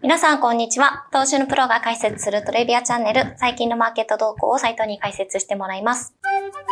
皆さん、こんにちは。投資のプロが解説するトレビアチャンネル、最近のマーケット動向をサイトに解説してもらいます。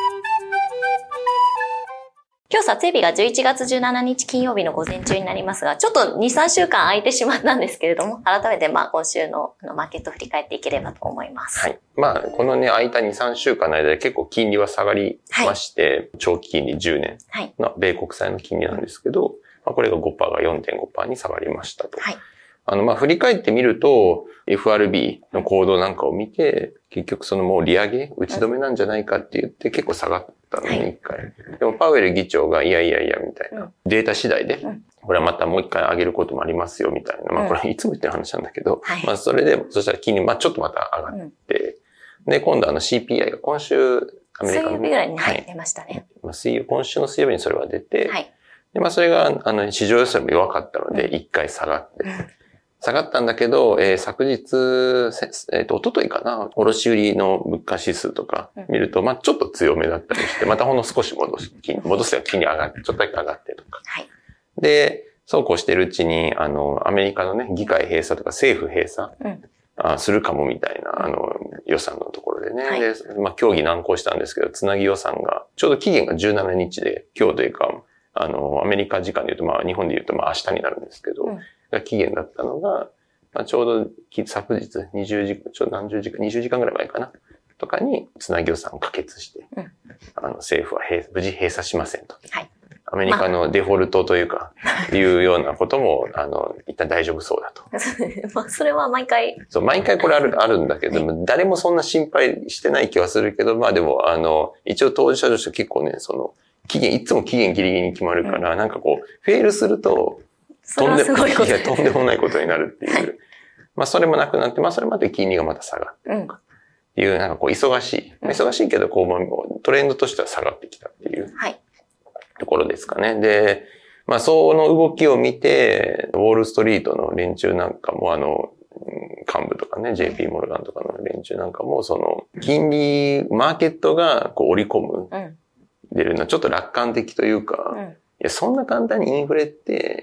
今日撮影日が11月17日金曜日の午前中になりますが、ちょっと2、3週間空いてしまったんですけれども、改めて今週のマーケットを振り返っていければと思います。 はい。このね、空いた2、3週間の間で結構金利は下がりまして、長期金利10年の米国債の金利なんですけど、これが 5% が 4.5% に下がりましたと。はい。振り返ってみると、FRB の行動なんかを見て、結局そのもう利上げ、打ち止めなんじゃないかって言って結構下がったのに一回。でもパウエル議長がいやみたいな。データ次第で、これはまたもう一回上げることもありますよみたいな。これいつも言ってる話なんだけど、それで、そしたら金利、ちょっとまた上がって、で、今度CPI が今週、アメリカの。 水曜日ぐらいに出ましたね。 今週の水曜日にそれが出て、で、それが、市場予想よりも弱かったので、一回下がって、下がったんだけど、昨日、一昨日かな、卸売の物価指数とか見ると、ちょっと強めだったりして、またほんの少し戻せば金に上がって、ちょっとだけ上がってとか。はい。で、そうこうしてるうちに、アメリカのね、議会閉鎖とか政府閉鎖、するかもみたいな、予算のところでね。はい、で、協議難航したんですけど、つなぎ予算が、ちょうど期限が17日で、今日というか、アメリカ時間で言うと、日本で言うと、明日になるんですけど、が期限だったのが、ちょうど昨日20時間ぐらい前かなとかにつなぎ予算を可決して、政府は無事閉鎖しませんと。はい。アメリカのデフォルトというか、いうようなことも、一旦大丈夫そうだと。 それは毎回。 そう、毎回これあるんだけど、誰もそんな心配してない気はするけど、でも、一応当事者として結構ね、いつも期限ギリギリに決まるから、フェールすると、とんでもないことになるっていう。はい、それもなくなって、それまで金利がまた下がってとか。っていう、忙しいけど、トレンドとしては下がってきたっていうところですかね。で、その動きを見て、ウォールストリートの連中なんかも幹部とかね、JP モルガンとかの連中なんかも、金利、マーケットが織り込む、出るのはちょっと楽観的というか、いや、そんな簡単にインフレって、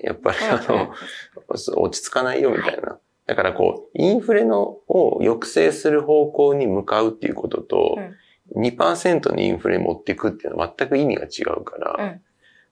やっぱり落ち着かないよみたいな。だからインフレを抑制する方向に向かうっていうことと、2% のインフレ持っていくっていうのは全く意味が違うから、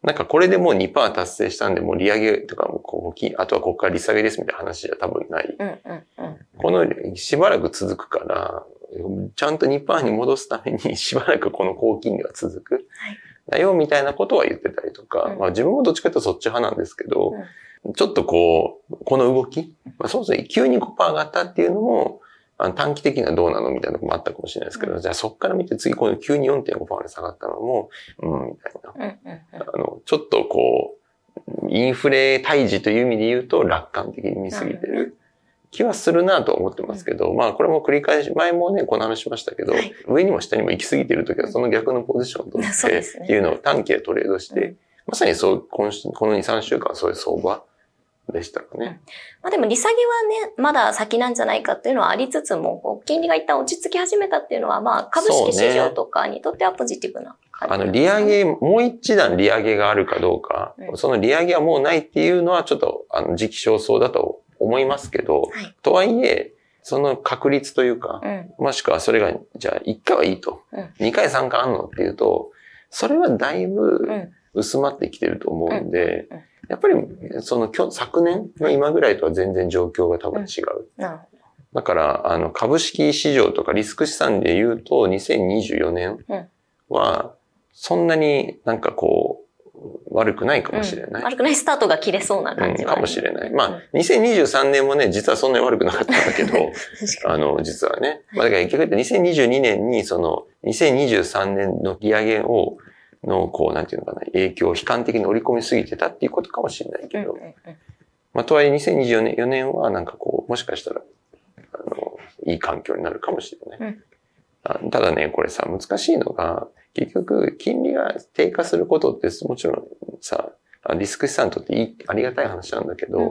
これでもう 2% 達成したんで、もう利上げとかもあとはここから利下げですみたいな話じゃ多分ない。このしばらく続くから、ちゃんと 2% に戻すためにしばらくこの高金利が続く。だよ、みたいなことは言ってたりとか、自分もどっちかというとそっち派なんですけど、ちょっとこの動き、そうですね、急に 5% 上がったっていうのも、短期的にはどうなのみたいなところもあったかもしれないですけど、じゃあそっから見て次この急に 4.5% まで下がったのも、みたいな。ちょっとインフレ退治という意味で言うと楽観的に見すぎてる。気はするなと思ってますけど、これも繰り返し、前もね、この話しましたけど、上にも下にも行き過ぎてるときはその逆のポジションを取ってっていうのを短期でトレードして、まさにこの2、3週間はそういう相場でしたかね。 でも利下げはね、まだ先なんじゃないかっていうのはありつつも、金利が一旦落ち着き始めたっていうのは、株式市場とかにとってはポジティブな感じ、 利上げ、もう一段利上げがあるかどうか、その利上げはもうないっていうのはちょっと、時期尚早だと思いますけど、とはいえ、その確率というか、もしくはそれが、じゃあ1回はいいと、2回3回あんのっていうと、それはだいぶ薄まってきてると思うんで、やっぱり昨年の今ぐらいとは全然状況が多分違う。だから、株式市場とかリスク資産で言うと、2024年は、そんなに悪くないかもしれない。 悪くないスタートが切れそうな感じは、 かもしれない。2023年もね、実はそんなに悪くなかったんだけど、実はね。だから結局2022年に2023年の利上げなんていうのかな、影響を悲観的に織り込みすぎてたっていうことかもしれないけど、とはいえ2024年はもしかしたら、いい環境になるかもしれない。ただね、これさ、難しいのが、結局、金利が低下することって、もちろんさ、リスク資産にとってありがたい話なんだけど、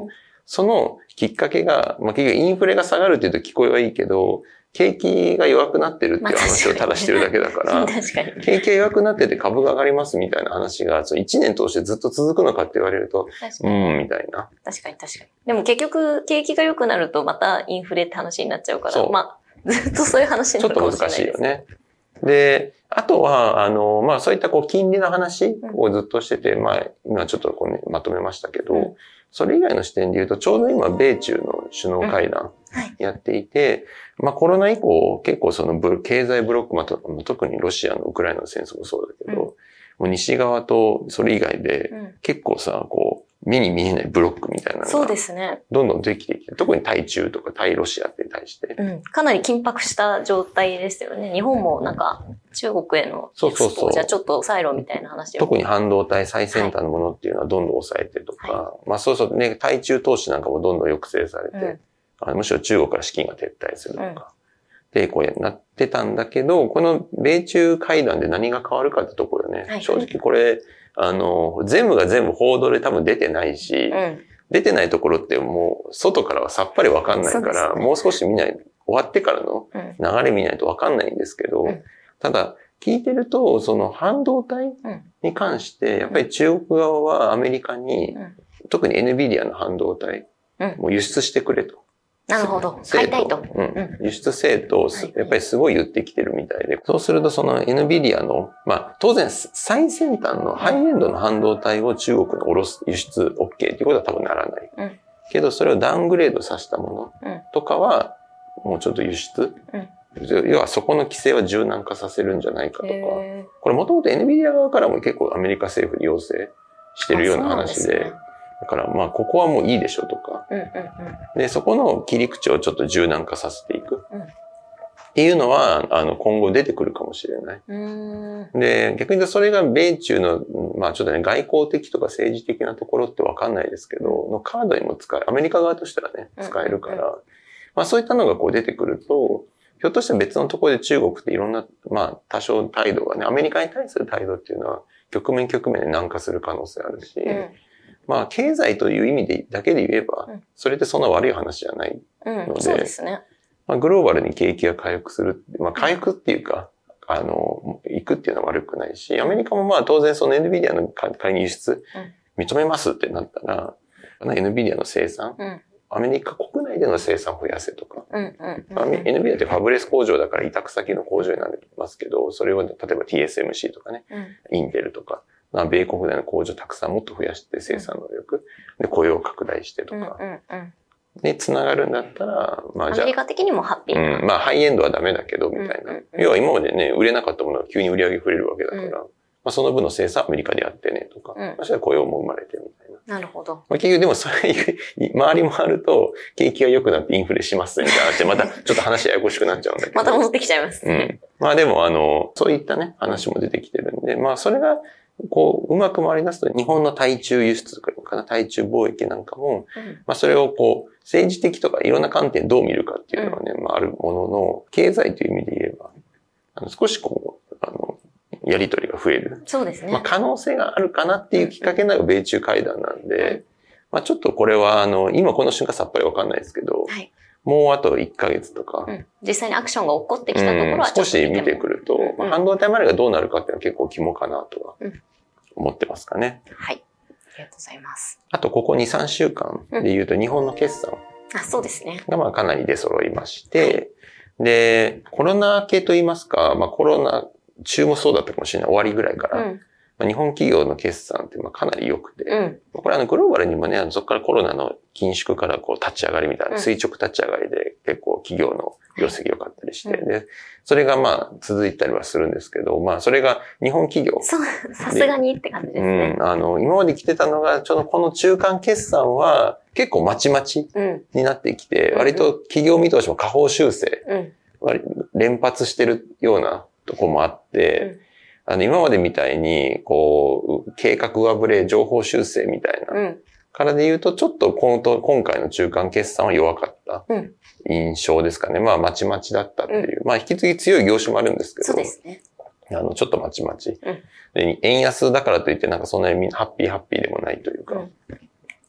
そのきっかけが、まあ、結局インフレが下がるっていうと聞こえはいいけど、景気が弱くなってるっていう話をただしてるだけだから、 確かに。 景気が弱くなってて株が上がりますみたいな話が、その1年通してずっと続くのかって言われると、みたいな。 確かに。でも結局、景気が良くなるとまたインフレって話になっちゃうから、まあ、ずっとそういう話になるかもしれないです。 ちょっと難しいよね。で、あとは、まあそういったこう金利の話をずっとしてて、まあ今ちょっとこう、ね、まとめましたけど、それ以外の視点で言うと、ちょうど今、米中の首脳会談やっていて、まあコロナ以降、結構その経済ブロック、まあ、特にロシアのウクライナの戦争もそうだけど、もう西側とそれ以外で、結構さ、こう、目に見えないブロックみたいなのが、どんどんできてきて、特に対中とか対ロシアって対して、 かなり緊迫した状態ですよね。日本もなんか、中国へのエクスポじゃあちょっと抑えろみたいな話を。 特に半導体最先端のものっていうのはどんどん抑えてとか、まあそうそうね、対中投資なんかもどんどん抑制されて、むしろ中国から資金が撤退するとか、で、こうなってたんだけど、この米中会談で何が変わるかってところよね。正直これ、全部が全部報道で多分出てないし、出てないところってもう外からはさっぱりわかんないから、もう少し見ない、終わってからの流れ見ないとわかんないんですけど、ただ聞いてると、その半導体に関して、やっぱり中国側はアメリカに、特に NVIDIA の半導体を輸出してくれと。 なるほど。買いたいと。 輸出制と、やっぱりすごい言ってきてるみたいで。そうするとその NVIDIA の、まあ当然最先端のハイエンドの半導体を中国に輸出 OK っていうことは多分ならない。けどそれをダウングレードさせたものとかは、もうちょっと輸出。要はそこの規制は柔軟化させるんじゃないかとか。これもともと NVIDIA 側からも結構アメリカ政府に要請してるような話で。だからまあここはもういいでしょとか。で、そこの切り口をちょっと柔軟化させていく。っていうのは、今後出てくるかもしれない。で、逆に言うとそれが米中の、まあちょっとね、外交的とか政治的なところってわかんないですけど、のカードにもアメリカ側としてはね、使えるから、まあそういったのがこう出てくると、ひょっとして別のところで中国っていろんな、まあ多少態度がね、アメリカに対する態度っていうのは、局面で軟化する可能性あるし、まあ、経済という意味で、だけで言えば、それってそんな悪い話じゃないので、 そうですね。 まあ、グローバルに景気が回復する。まあ、回復っていうか、行くっていうのは悪くないし、アメリカもまあ、当然その NVIDIA の仮に輸出、認めますってなったら、NVIDIA の生産、アメリカ国内での生産を増やせとか、NVIDIA ってファブレス工場だから委託先の工場になりますけど、それを例えば TSMC とかね、インテルとか、米国内の工場たくさんもっと増やして生産能力で雇用を拡大してとかで繋がるんだったら、まあじゃあ。 アメリカ的にもハッピー。 まあハイエンドはダメだけどみたいな。要は今までね、売れなかったものが急に売り上げ増えるわけだから、まあその分の生産アメリカでやってねとか、そしたら雇用も生まれてみたいな。 なるほど。 まあ結局でもそれ、周り回ると景気が良くなってインフレしますみたいな話で、またちょっと話ややこしくなっちゃうんだけど。 また戻ってきちゃいます。 まあでもそういったね、話も出てきてるんで、まあそれが、こう、うまく回り出すと、日本の対中輸出とか、対中貿易なんかも、まあそれをこう、政治的とかいろんな観点どう見るかっていうのはね、まああるものの、経済という意味で言えば、少しこう、やりとりが増える。 そうですね。 まあ可能性があるかなっていうきっかけになる米中会談なんで、まあちょっとこれは今この瞬間さっぱりわかんないですけど、もうあと1ヶ月とか、 実際にアクションが起こってきたところは少し見てくると、まあ、半導体までがどうなるかっていうのは結構肝かなとは思ってますかね。 はい。ありがとうございます。 あとここ2、3週間で言うと日本の決算そうですね。 がまあかなり出揃いまして、で、コロナ明けと言いますか、まあコロナ中もそうだったかもしれない、終わりぐらいから、日本企業の決算ってまあかなり良くて、これグローバルにもね、そこからコロナの緊縮からこう立ち上がりみたいな、垂直立ち上がりで結構企業の業績良かったりして、で、それがまあ続いたりはするんですけど、まあそれが日本企業。 そう、さすがにって感じですね。 今まで来てたのが、ちょうどこの中間決算は結構まちまちになってきて、割と企業見通しも下方修正、連発してるようなとこもあって、今までみたいに、こう、計画上振れ、情報修正みたいな。からで言うと、ちょっと今回の中間決算は弱かった印象ですかね。まあ、まちまちだったっていう。まあ、引き継ぎ強い業種もあるんですけど。 そうですね。 ちょっとまちまち。で円安だからといって、なんかそんなにハッピーでもないというか。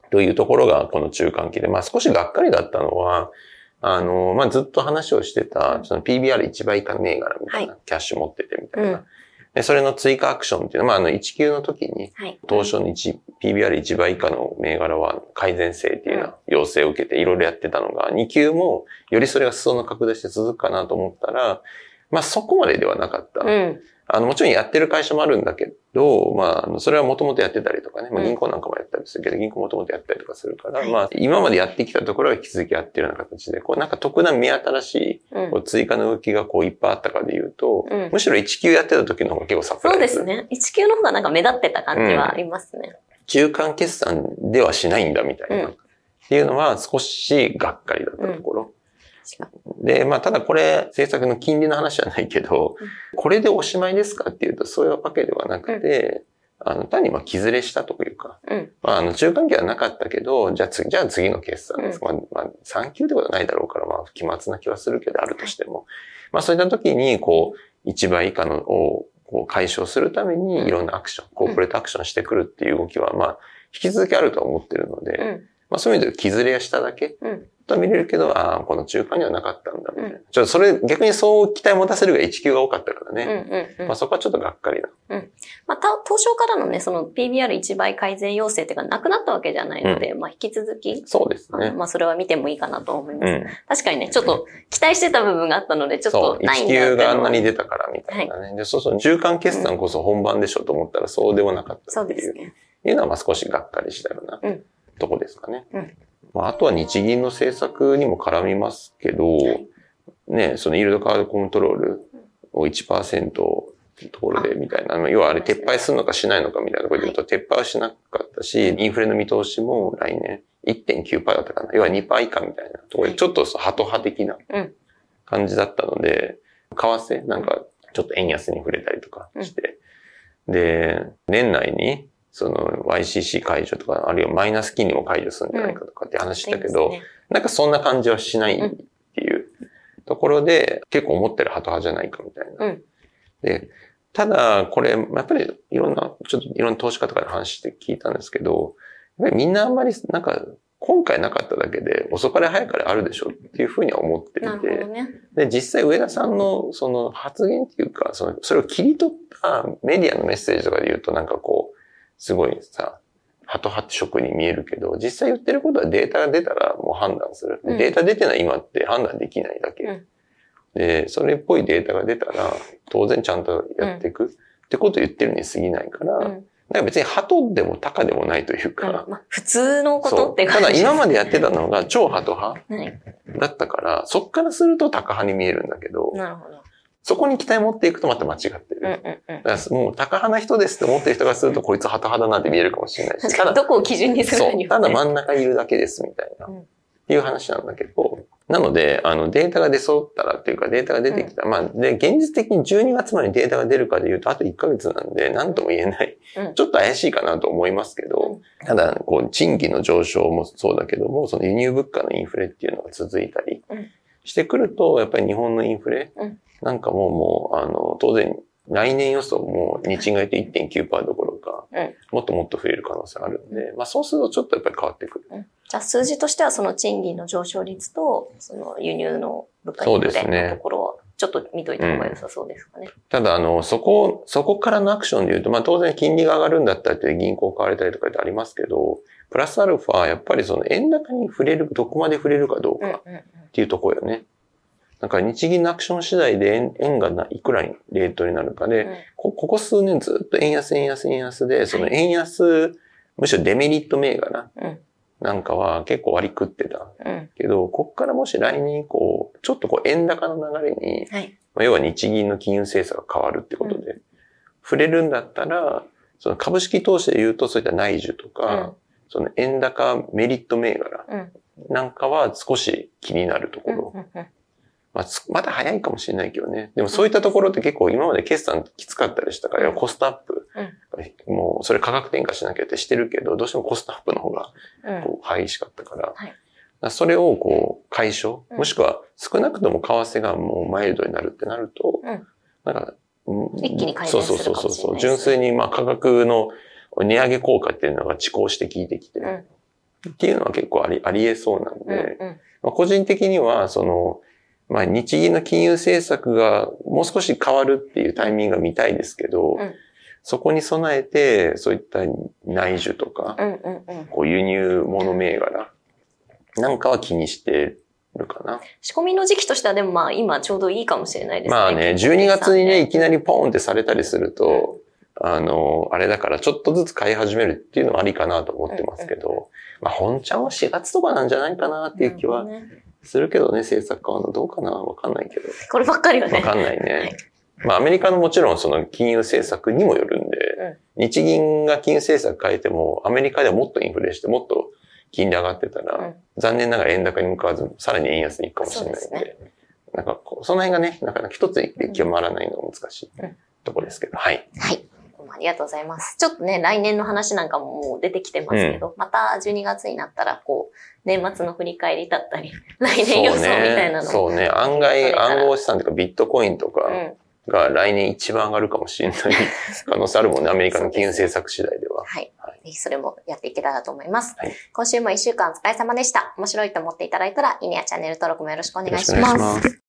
というところがこの中間期で、まあ少しがっかりだったのは、まあずっと話をしてた、その PBR1 倍以下銘柄みたいな、キャッシュ持っててみたいな。で、それの追加アクションっていうのは、まあ1級の時に、当初のPBR1 倍以下の銘柄は改善性っていうような要請を受けていろいろやってたのが、2級もよりそれが裾野拡大して続くかなと思ったら、まあそこまでではなかった。もちろんやってる会社もあるんだけど、まあ、それはもともとやってたりとかね、まあ銀行なんかもやったりするけど、銀行もともとやったりとかするから、まあ、今までやってきたところは引き続きやってるような形で、こうなんか特段目新しい、こう追加の動きがこういっぱいあったかで言うと、むしろ1級やってた時の方が結構サプライズ。 そうですね。1級の方がなんか目立ってた感じはありますね。 中間決算ではしないんだみたいな。っていうのは少しがっかりだったところ。で、まあ、ただこれ、政策の金利の話じゃないけど、これでおしまいですかっていうと、そういうわけではなくて、単にまあ、木ずれしたというか、まあ、中間期はなかったけど、じゃあ次の決算です。まあ、3級ってことはないだろうから、まあ、期末な気はするけど、あるとしても。まあ、そういった時に、こう、1倍以下のをこう解消するために、いろんなアクション、コーポレートアクションしてくるっていう動きは、まあ、引き続きあると思ってるので、まあ、そういう意味で木ずれはしただけ、と見れるけど、この中間にはなかったんだみたいな。ちょっとそれ逆にそう期待持たせるが1級が多かったからね。まあそこはちょっとがっかりだ。 まあ当初からのね、その PBR1 倍改善要請っていうかなくなったわけじゃないので、まあ引き続き。 そうですね。 まあそれは見てもいいかなと思います。確かにね、ちょっと期待してた部分があったので、ちょっとないんだ 1級があんなに出たからみたいなね。で、そう中間決算こそ本番でしょと思ったらそうでもなかったっていう。そうですね。いうのはまあ少しがっかりしたようなとこですかね。あとは日銀の政策にも絡みますけど、ね、そのイールドカードコントロールを 1% ところでみたいな、要はあれ撤廃するのかしないのかみたいなところで言うと、撤廃はしなかったし、インフレの見通しも来年 1.9% だったかな。要は 2% 以下みたいなところで、ちょっとハト派的な感じだったので、為替なんかちょっと円安に触れたりとかして、で、年内にその YCC 解除とか、あるいはマイナス金利も解除するんじゃないかとかって話したけど、なんかそんな感じはしないっていうところで、結構思ってるハト派じゃないかみたいな。で、ただ、これ、やっぱりいろんな投資家とかで話して聞いたんですけど、やっぱりみんなあんまりなんか、今回なかっただけで遅かれ早かれあるでしょっていうふうには思っていて、で、実際上田さんのその発言っていうか、それを切り取ったメディアのメッセージとかで言うとなんかこう、すごいさ、ハト派って職に見えるけど、実際言ってることはデータが出たらもう判断する。データ出てない今って判断できないだけ。で、それっぽいデータが出たら、当然ちゃんとやっていくってことを言ってるに過ぎないから、なんか別にハトでもタカでもないというか。 まあ、普通のことって感じ。 ただ今までやってたのが超ハト派だったから、そっからするとタカ派に見えるんだけど、 なるほど。 そこに期待持っていくとまた間違ってる。だからもうタカ派な人ですって思ってる人がするとこいつハト派だなって見えるかもしれないし。 ただどこを基準にするかによって。 ただ真ん中いるだけですみたいな。っていう話なんだけど、なので、データが出揃ったらっていうか、データが出てきたら、まあ、で、現実的に12月までにデータが出るかで言うと、あと1ヶ月なんで、何とも言えない。ちょっと怪しいかなと思いますけど、ただ、こう、賃金の上昇もそうだけども、その輸入物価のインフレっていうのが続いたりしてくると、やっぱり日本のインフレ、なんかもう、当然、来年予想も日銀が言って 1.9% どころか、もっともっと増える可能性あるんで、まあそうするとちょっとやっぱり変わってくる。 じゃあ数字としてはその賃金の上昇率と、その輸入の物価インフレのところをちょっと見といた方が良さそうですかね。 ただそこからのアクションで言うと、まあ当然金利が上がるんだったらって銀行買われたりとかってありますけど、プラスアルファやっぱりその円高に触れる、どこまで触れるかどうかっていうところよね。なんか日銀のアクション次第で円がいくらレートになるかで、ここ数年ずっと円安で、その円安、むしろデメリット銘柄なんかは結構割り食ってた。けど、こっからもし来年以降、ちょっとこう円高の流れに、まあ、要は日銀の金融政策が変わるってことで、触れるんだったら、その株式投資で言うとそういった内需とか、その円高メリット銘柄なんかは少し気になるところ。まだ早いかもしれないけどね。でもそういったところって結構今まで決算きつかったりしたから、コストアップ、もうそれ価格転嫁しなきゃってしてるけど、どうしてもコストアップの方がこう激しかったから、それをこう解消、もしくは少なくとも為替がもうマイルドになるってなると、なんか、 一気に改善するかもしれない。 純粋にまあ価格の値上げ効果っていうのが遅行して効いてきて、 っていうのは結構あり得そうなんで、 うんまあ、個人的には、まあ、日銀の金融政策がもう少し変わるっていうタイミングが見たいですけど、そこに備えて、そういった内需とか、こう輸入物銘柄なんかは気にしてるかな。 仕込みの時期としてはでもまあ今ちょうどいいかもしれないですね。 まあね、12月にね、いきなりポーンってされたりすると、あれだからちょっとずつ買い始めるっていうのはありかなと思ってますけど、まあ本ちゃんは4月とかなんじゃないかなっていう気はするけどね、政策変わるのどうかなわかんないけど。 こればっかりはね。 わかんないね。まあアメリカのもちろんその金融政策にもよるんで、日銀が金融政策変えてもアメリカではもっとインフレしてもっと金利上がってたら、残念ながら円高に向かわずさらに円安に行くかもしれないんで、なんかその辺がね、なかなか一つで決まらないのが難しいところですけど、はい。 はい。ありがとうございます。ちょっとね、来年の話なんかももう出てきてますけど、また12月になったら、こう、年末の振り返りだったり、来年予想みたいなのも。 そうね。案外、暗号資産とかビットコインとかが来年一番上がるかもしれない可能性あるもんね。アメリカの金融政策次第では。 はい。ぜひそれもやっていけたらと思います。今週も1週間お疲れ様でした。面白いと思っていただいたら、いいねやチャンネル登録もよろしくお願いします。